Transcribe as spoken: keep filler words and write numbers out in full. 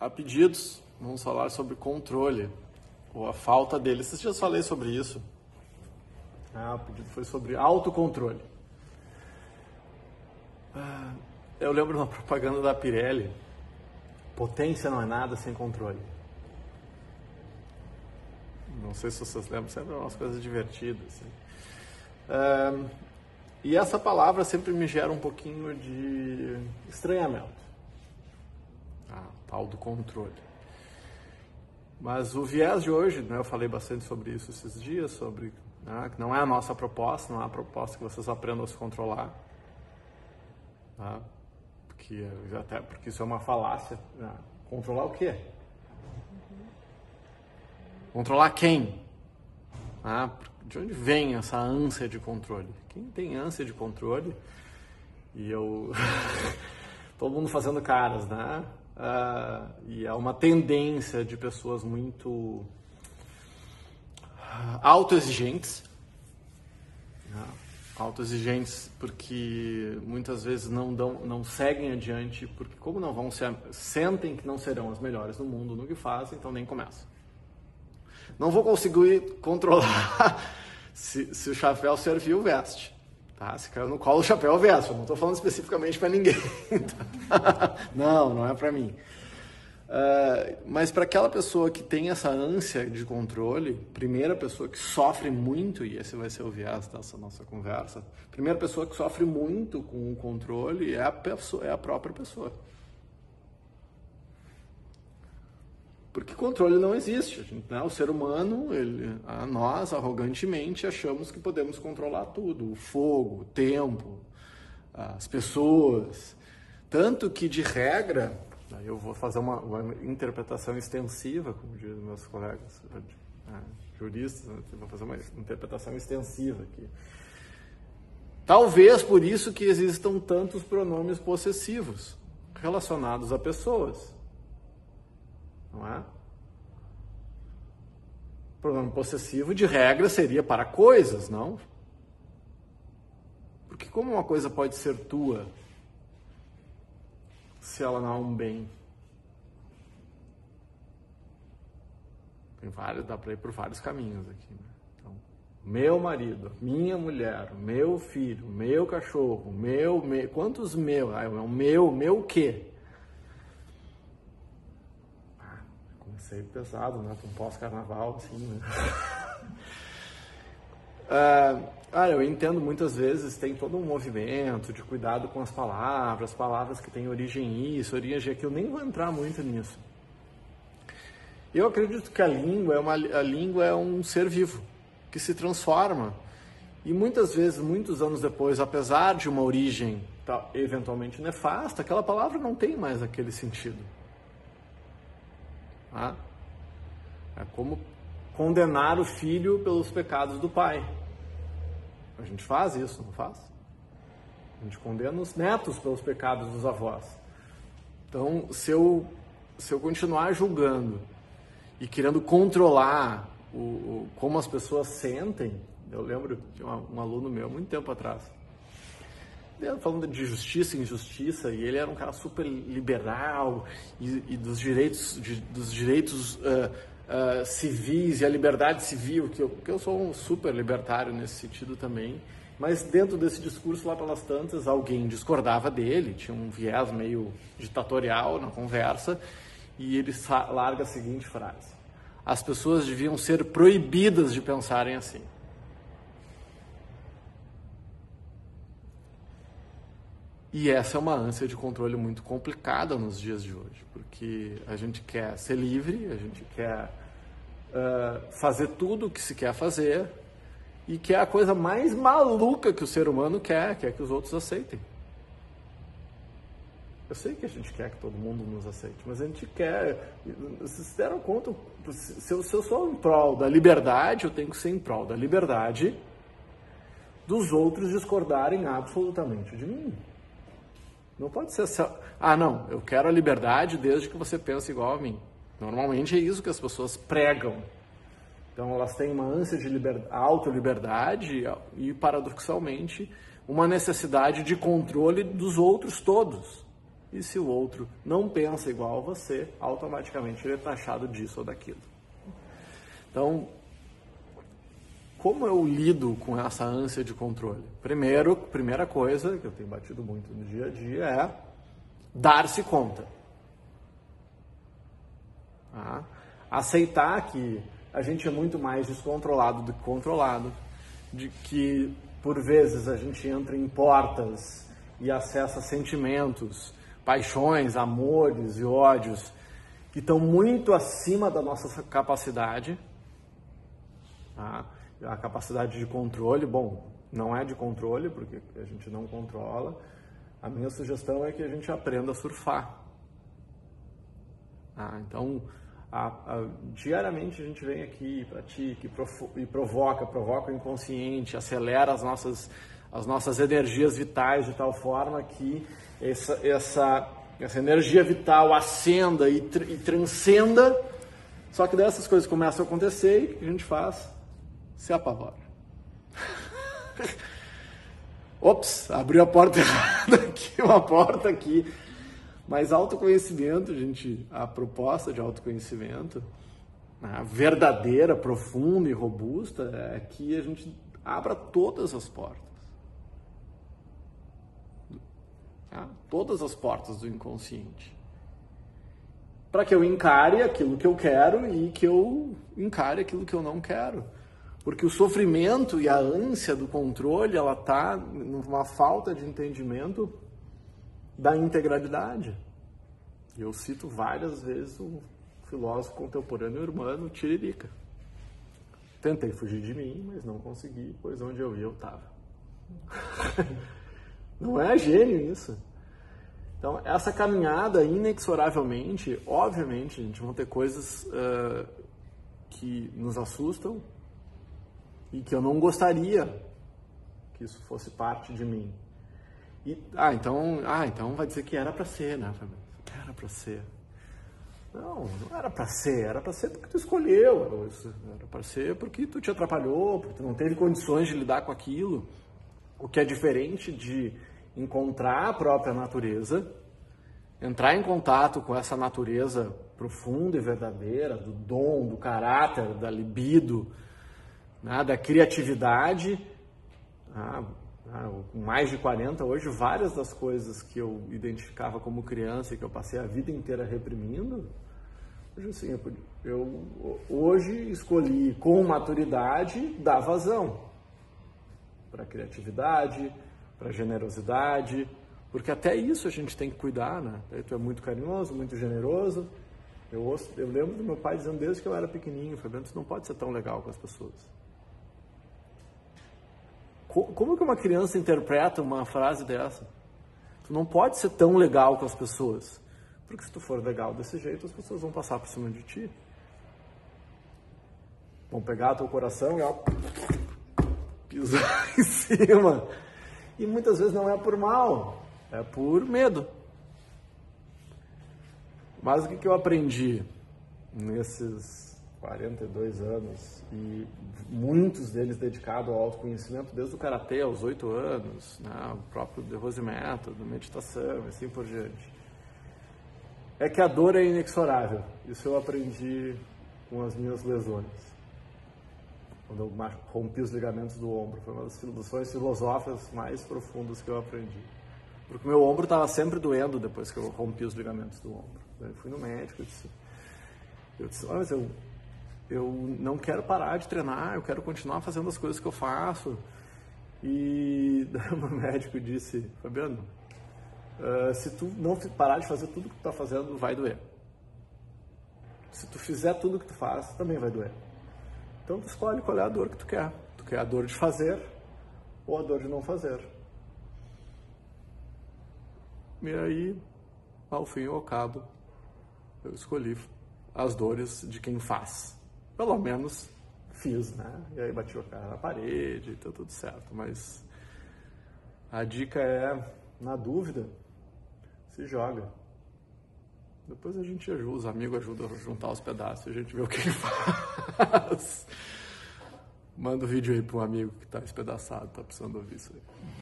a pedidos, vamos falar sobre controle, ou a falta dele. Esses dias eu falei sobre isso. Ah, o pedido foi sobre autocontrole. Ah, eu lembro de uma propaganda da Pirelli: potência não é nada sem controle. Não sei se vocês lembram, sempre umas coisas divertidas. Assim. Ah, e essa palavra sempre me gera um pouquinho de estranhamento. Ah, tal do controle. Mas o viés de hoje, né, eu falei bastante sobre isso esses dias, sobre né, que não é a nossa proposta, não é a proposta que vocês aprendam a se controlar. Tá? Porque, até porque isso é uma falácia. Né? Controlar o quê? Controlar quem? Ah, de onde vem essa ânsia de controle? Quem tem ânsia de controle? E eu... todo mundo fazendo caras, né? Uh, e é uma tendência de pessoas muito uh, autoexigentes, né? Autoexigentes porque muitas vezes não dão, não seguem adiante, porque como não vão ser, sentem que não serão as melhores do mundo no que fazem, então nem começam. Não vou conseguir controlar se, se o chapéu serviu, veste. Tá? Se caiu no colo, o chapéu veste. Eu não estou falando especificamente para ninguém. Não, não é para mim. Uh, mas para aquela pessoa que tem essa ânsia de controle, primeira pessoa que sofre muito, e esse vai ser o viés dessa nossa conversa, primeira pessoa que sofre muito com o controle é a, pessoa, é a própria pessoa. Porque controle não existe. A gente, né? O ser humano, ele, a nós, arrogantemente, achamos que podemos controlar tudo. O fogo, o tempo, as pessoas. Tanto que, de regra, eu vou fazer uma, uma interpretação extensiva, como dizem meus colegas né, juristas, né? Vou fazer uma interpretação extensiva aqui. Talvez por isso que existam tantos pronomes possessivos relacionados a pessoas. Não é? O pronome possessivo, de regra, seria para coisas, não? Porque como uma coisa pode ser tua se ela não é um bem? Tem vários, dá para ir por vários caminhos aqui. Né? Então, meu marido, minha mulher, meu filho, meu cachorro, meu, meu quantos meu? Ah, é o meu, meu o quê? Comecei pesado, né? Com pós-carnaval, assim, né? uh, ah, eu entendo muitas vezes tem todo um movimento de cuidado com as palavras, palavras que têm origem isso, origem aquilo, nem vou entrar muito nisso. Eu acredito que a língua é, uma, a língua é um ser vivo, que se transforma. E muitas vezes, muitos anos depois, apesar de uma origem tá, eventualmente nefasta, aquela palavra não tem mais aquele sentido. Ah, é como condenar o filho pelos pecados do pai. A gente faz isso, não faz? A gente condena os netos pelos pecados dos avós. Então, se eu, se eu continuar julgando e querendo controlar o, o, como as pessoas sentem, eu lembro de um, um aluno meu, muito tempo atrás, falando de justiça e injustiça, e ele era um cara super liberal e, e dos direitos, de, dos direitos uh, uh, civis e a liberdade civil, que eu, que eu sou um super libertário nesse sentido também, mas dentro desse discurso lá pelas tantas, alguém discordava dele, tinha um viés meio ditatorial na conversa, e ele larga a seguinte frase: as pessoas deviam ser proibidas de pensarem assim. E essa é uma ânsia de controle muito complicada nos dias de hoje, porque a gente quer ser livre, a gente quer uh, fazer tudo o que se quer fazer, e que é a coisa mais maluca que o ser humano quer, que é que os outros aceitem. Eu sei que a gente quer que todo mundo nos aceite, mas a gente quer... Vocês se deram conta, se eu, se eu sou em prol da liberdade, eu tenho que ser em prol da liberdade dos outros discordarem absolutamente de mim. Não pode ser assim, ah não, eu quero a liberdade desde que você pense igual a mim. Normalmente é isso que as pessoas pregam. Então elas têm uma ânsia de liber... autoliberdade e, paradoxalmente, uma necessidade de controle dos outros todos. e se o outro não pensa igual a você, automaticamente ele é taxado disso ou daquilo. Então, como eu lido com essa ânsia de controle? Primeiro, primeira coisa que eu tenho batido muito no dia a dia é dar-se conta. Tá? Aceitar que a gente é muito mais descontrolado do que controlado, de que por vezes a gente entra em portas e acessa sentimentos, paixões, amores e ódios que estão muito acima da nossa capacidade. Tá? A capacidade de controle, bom, não é de controle, porque a gente não controla. A minha sugestão é que a gente aprenda a surfar. Ah, então, a, a, diariamente a gente vem aqui, pratica e, e provoca, provoca o inconsciente, acelera as nossas, as nossas energias vitais de tal forma que essa, essa, essa energia vital acenda e, tr e transcenda. Só que dessas coisas começam a acontecer e o que a gente faz? Se apavora. Ops, abriu a porta errada aqui, uma porta aqui. Mas autoconhecimento, gente, a proposta de autoconhecimento, a verdadeira, profunda e robusta, é que a gente abra todas as portas. Tá? Todas as portas do inconsciente. Para que eu encare aquilo que eu quero e que eu encare aquilo que eu não quero. Porque o sofrimento e a ânsia do controle, ela está numa falta de entendimento da integralidade. Eu cito várias vezes o filósofo contemporâneo Hermano Tiririca. Tentei fugir de mim, mas não consegui, pois onde eu ia eu estava. Não é gênio isso. Então, essa caminhada, inexoravelmente, obviamente, a gente vão ter coisas uh, que nos assustam, e que eu não gostaria que isso fosse parte de mim. E, ah, então, ah, então vai dizer que era para ser, né? Era para ser. Não, não era para ser. Era para ser porque tu escolheu. Era para ser porque tu te atrapalhou, porque tu não teve condições de lidar com aquilo. O que é diferente de encontrar a própria natureza, entrar em contato com essa natureza profunda e verdadeira, do dom, do caráter, da libido, né, da criatividade. Ah, ah, com mais de quarenta, hoje, várias das coisas que eu identificava como criança e que eu passei a vida inteira reprimindo, hoje, assim, eu, eu hoje escolhi com maturidade dar vazão para criatividade, para generosidade, porque até isso a gente tem que cuidar, né? Tu é muito carinhoso, muito generoso. Eu, ouço, eu lembro do meu pai dizendo desde que eu era pequenininho, Fabiano, tu não pode ser tão legal com as pessoas. Como que uma criança interpreta uma frase dessa? Tu não pode ser tão legal com as pessoas. Porque se tu for legal desse jeito, as pessoas vão passar por cima de ti. Vão pegar teu coração e ó, pisar em cima. E muitas vezes não é por mal, é por medo. Mas o que, que eu aprendi nesses quarenta e dois anos, e muitos deles dedicados ao autoconhecimento, desde o karatê aos oito anos, né, o próprio The Rose Método, meditação e assim por diante, é que a dor é inexorável. Isso eu aprendi com as minhas lesões, quando eu rompi os ligamentos do ombro. Foi uma das lições filosóficas mais profundas que eu aprendi, porque meu ombro estava sempre doendo depois que eu rompi os ligamentos do ombro. Eu fui no médico e disse, eu disse, olha, mas eu eu não quero parar de treinar, eu quero continuar fazendo as coisas que eu faço. E o meu médico disse, Fabiano, uh, se tu não parar de fazer tudo que tu está fazendo, vai doer. Se tu fizer tudo que tu faz, também vai doer. Então tu escolhe qual é a dor que tu quer. Tu quer a dor de fazer ou a dor de não fazer. E aí, ao fim e ao cabo, eu escolhi as dores de quem faz. Pelo menos fiz, né? E aí bati a cara na parede e tá tudo certo. Mas a dica é, na dúvida, se joga. Depois a gente ajuda, os amigos ajudam a juntar os pedaços, a gente vê o que faz. Manda o vídeo aí para um amigo que tá espedaçado, tá precisando ouvir isso aí.